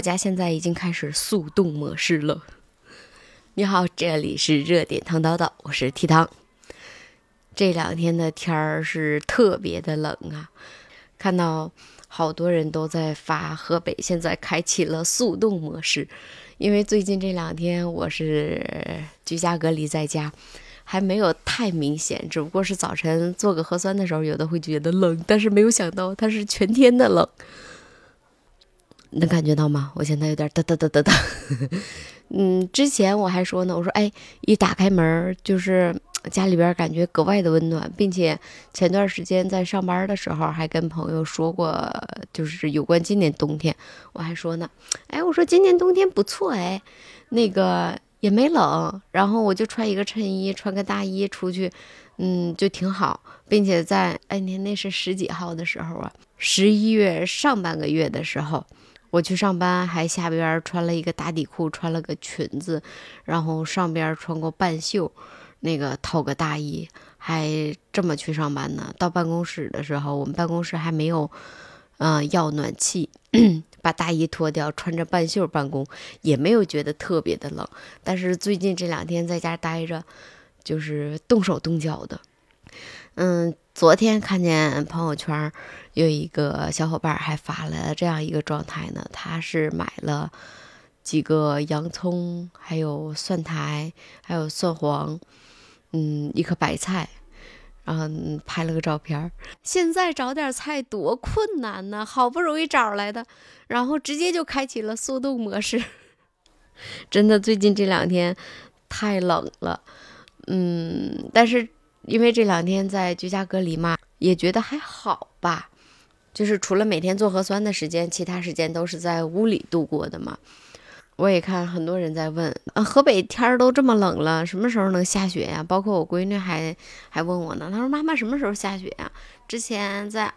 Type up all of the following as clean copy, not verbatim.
大家现在已经开始速冻模式了。你好，这里是热点汤叨叨，我是 T 汤。这两天的天儿是特别的冷啊，看到好多人都在发河北现在开启了速冻模式，因为最近这两天我是居家隔离在家，还没有太明显，只不过是早晨做个核酸的时候有的会觉得冷，但是没有想到它是全天的冷。能感觉到吗？我现在有点哒哒哒哒哒。之前我还说呢，我说一打开门就是家里边感觉格外的温暖，并且前段时间在上班的时候还跟朋友说过，就是有关今年冬天，我还说呢，我说今年冬天不错那个也没冷，然后我就穿一个衬衣，穿个大衣出去，就挺好，并且在那是十几号的时候啊，11月上半个月的时候。我去上班还下边穿了一个打底裤，穿了个裙子，然后上边穿过半袖，那个套个大衣，还这么去上班呢。到办公室的时候，我们办公室还没有要暖气，把大衣脱掉，穿着半袖办公，也没有觉得特别的冷。但是最近这两天在家待着，就是动手动脚的。昨天看见朋友圈有一个小伙伴还发了这样一个状态呢，他是买了几个洋葱，还有蒜苔，还有蒜黄，一颗白菜，然后拍了个照片。现在找点菜多困难呢，好不容易找来的，然后直接就开启了速冻模式。真的最近这两天太冷了，但是因为这两天在居家隔离嘛，也觉得还好吧，就是除了每天做核酸的时间，其他时间都是在屋里度过的嘛。我也看很多人在问，河北天都这么冷了，什么时候能下雪呀？包括我闺女还问我呢，她说妈妈什么时候下雪呀？之前在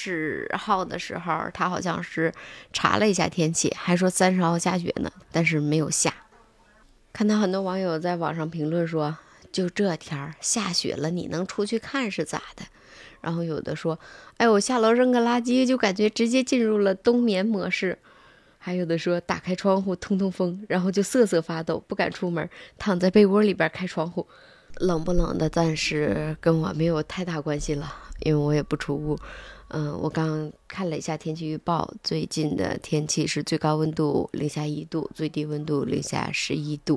20号的时候，她好像是查了一下天气，还说30号下雪呢，但是没有下。看到很多网友在网上评论说，就这天儿下雪了，你能出去看是咋的？然后有的说，我下楼扔个垃圾就感觉直接进入了冬眠模式。还有的说打开窗户通通风，然后就瑟瑟发抖，不敢出门，躺在被窝里边开窗户。冷不冷的暂时跟我没有太大关系了，因为我也不出屋。我刚看了一下天气预报，最近的天气是最高温度-1度，最低温度-11度。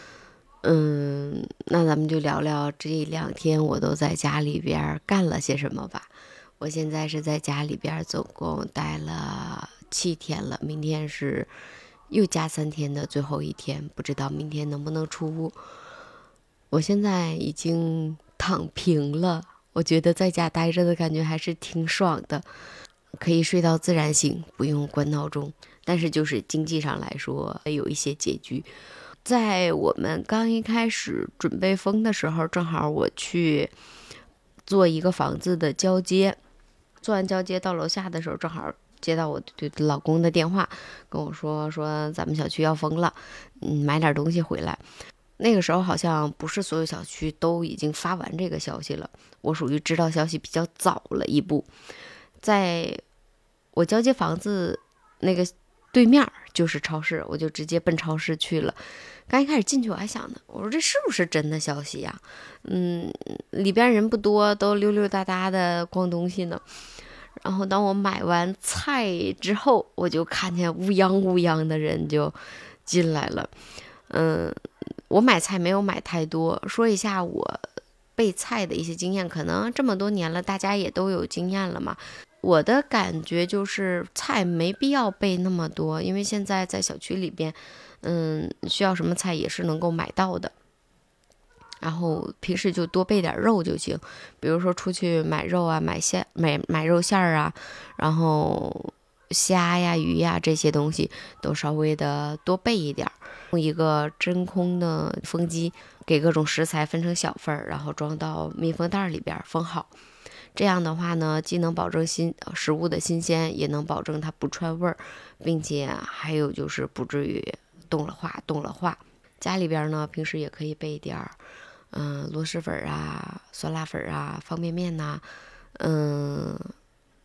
那咱们就聊聊这两天我都在家里边干了些什么吧。我现在是在家里边总共待了7天了，明天是又加3天的最后一天，不知道明天能不能出屋。我现在已经躺平了，我觉得在家待着的感觉还是挺爽的，可以睡到自然醒，不用关闹钟。但是就是经济上来说有一些拮据。在我们刚一开始准备封的时候，正好我去做一个房子的交接，做完交接到楼下的时候，正好接到我老公的电话，跟我说咱们小区要封了，买点东西回来。那个时候好像不是所有小区都已经发完这个消息了，我属于知道消息比较早了一步。在我交接房子那个对面就是超市，我就直接奔超市去了。刚一开始进去我还想呢，我说这是不是真的消息呀？里边人不多，都溜溜达达的逛东西呢。然后当我买完菜之后，我就看见乌泱乌泱的人就进来了。我买菜没有买太多，说一下我备菜的一些经验，可能这么多年了，大家也都有经验了嘛。我的感觉就是菜没必要备那么多，因为现在在小区里边，需要什么菜也是能够买到的。然后平时就多备点肉就行，比如说出去买肉啊，买肉馅儿啊，然后虾呀、鱼呀这些东西都稍微的多备一点。用一个真空的封机，给各种食材分成小份儿，然后装到密封袋里边封好。这样的话呢，既能保证食物的新鲜，也能保证它不串味儿，并且还有就是不至于冻了化。家里边呢，平时也可以备一点儿，螺蛳粉啊、酸辣粉啊、方便面呐，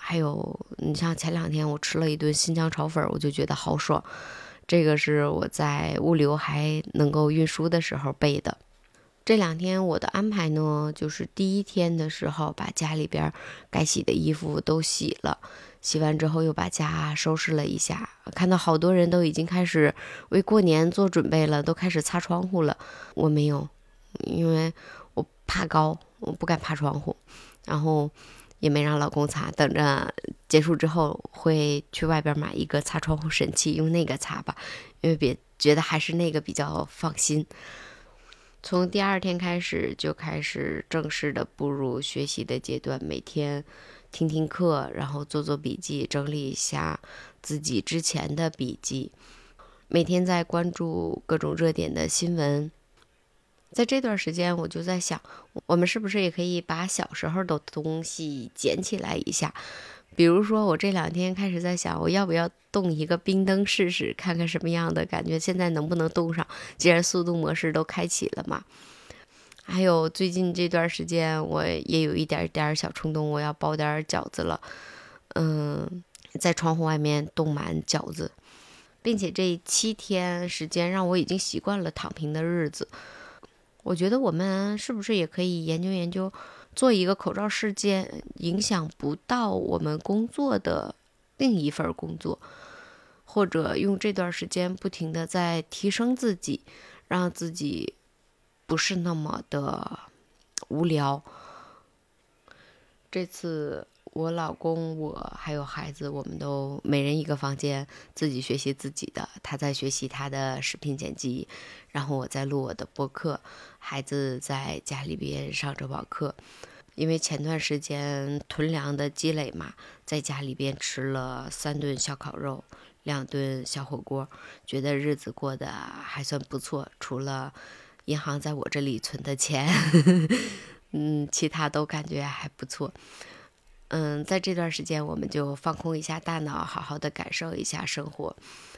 还有你像前2天我吃了一顿新疆炒粉，我就觉得好爽。这个是我在物流还能够运输的时候备的。这2天我的安排呢，就是第1天的时候把家里边该洗的衣服都洗了，洗完之后又把家收拾了一下，看到好多人都已经开始为过年做准备了，都开始擦窗户了。我没有，因为我怕高，我不敢爬窗户，然后也没让老公擦，等着结束之后会去外边买一个擦窗户神器，用那个擦吧，因为别觉得还是那个比较放心。从第2天开始就开始正式的步入学习的阶段，每天听听课，然后做做笔记，整理一下自己之前的笔记，每天在关注各种热点的新闻。在这段时间我就在想，我们是不是也可以把小时候的东西捡起来一下。比如说我这2天开始在想，我要不要动一个冰灯试试，看看什么样的感觉，现在能不能动上，既然速度模式都开启了嘛。还有最近这段时间我也有一点点小冲动，我要包点饺子了。在窗户外面冻满饺子，并且这7天时间让我已经习惯了躺平的日子。我觉得我们是不是也可以研究研究，做一个口罩事件影响不到我们工作的另一份工作，或者用这段时间不停的在提升自己，让自己不是那么的无聊。这次我老公我还有孩子，我们都每人一个房间，自己学习自己的，他在学习他的视频剪辑，然后我在录我的播客，孩子在家里边上着网课。因为前段时间囤粮的积累嘛，在家里边吃了3顿小烤肉，2顿小火锅，觉得日子过得还算不错，除了银行在我这里存的钱其他都感觉还不错。在这段时间我们就放空一下大脑，好好的感受一下生活。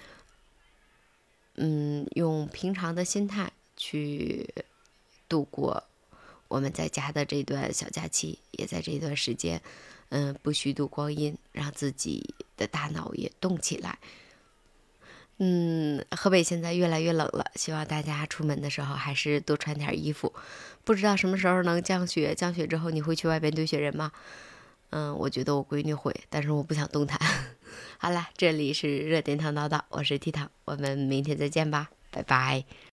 用平常的心态去度过我们在家的这段小假期，也在这段时间不虚度光阴，让自己的大脑也动起来。河北现在越来越冷了，希望大家出门的时候还是多穿点衣服。不知道什么时候能降雪，降雪之后你会去外边堆雪人吗？我觉得我闺女会，但是我不想动弹。好了，这里是热点糖叨叨，我是 T 糖，我们明天再见吧，拜拜。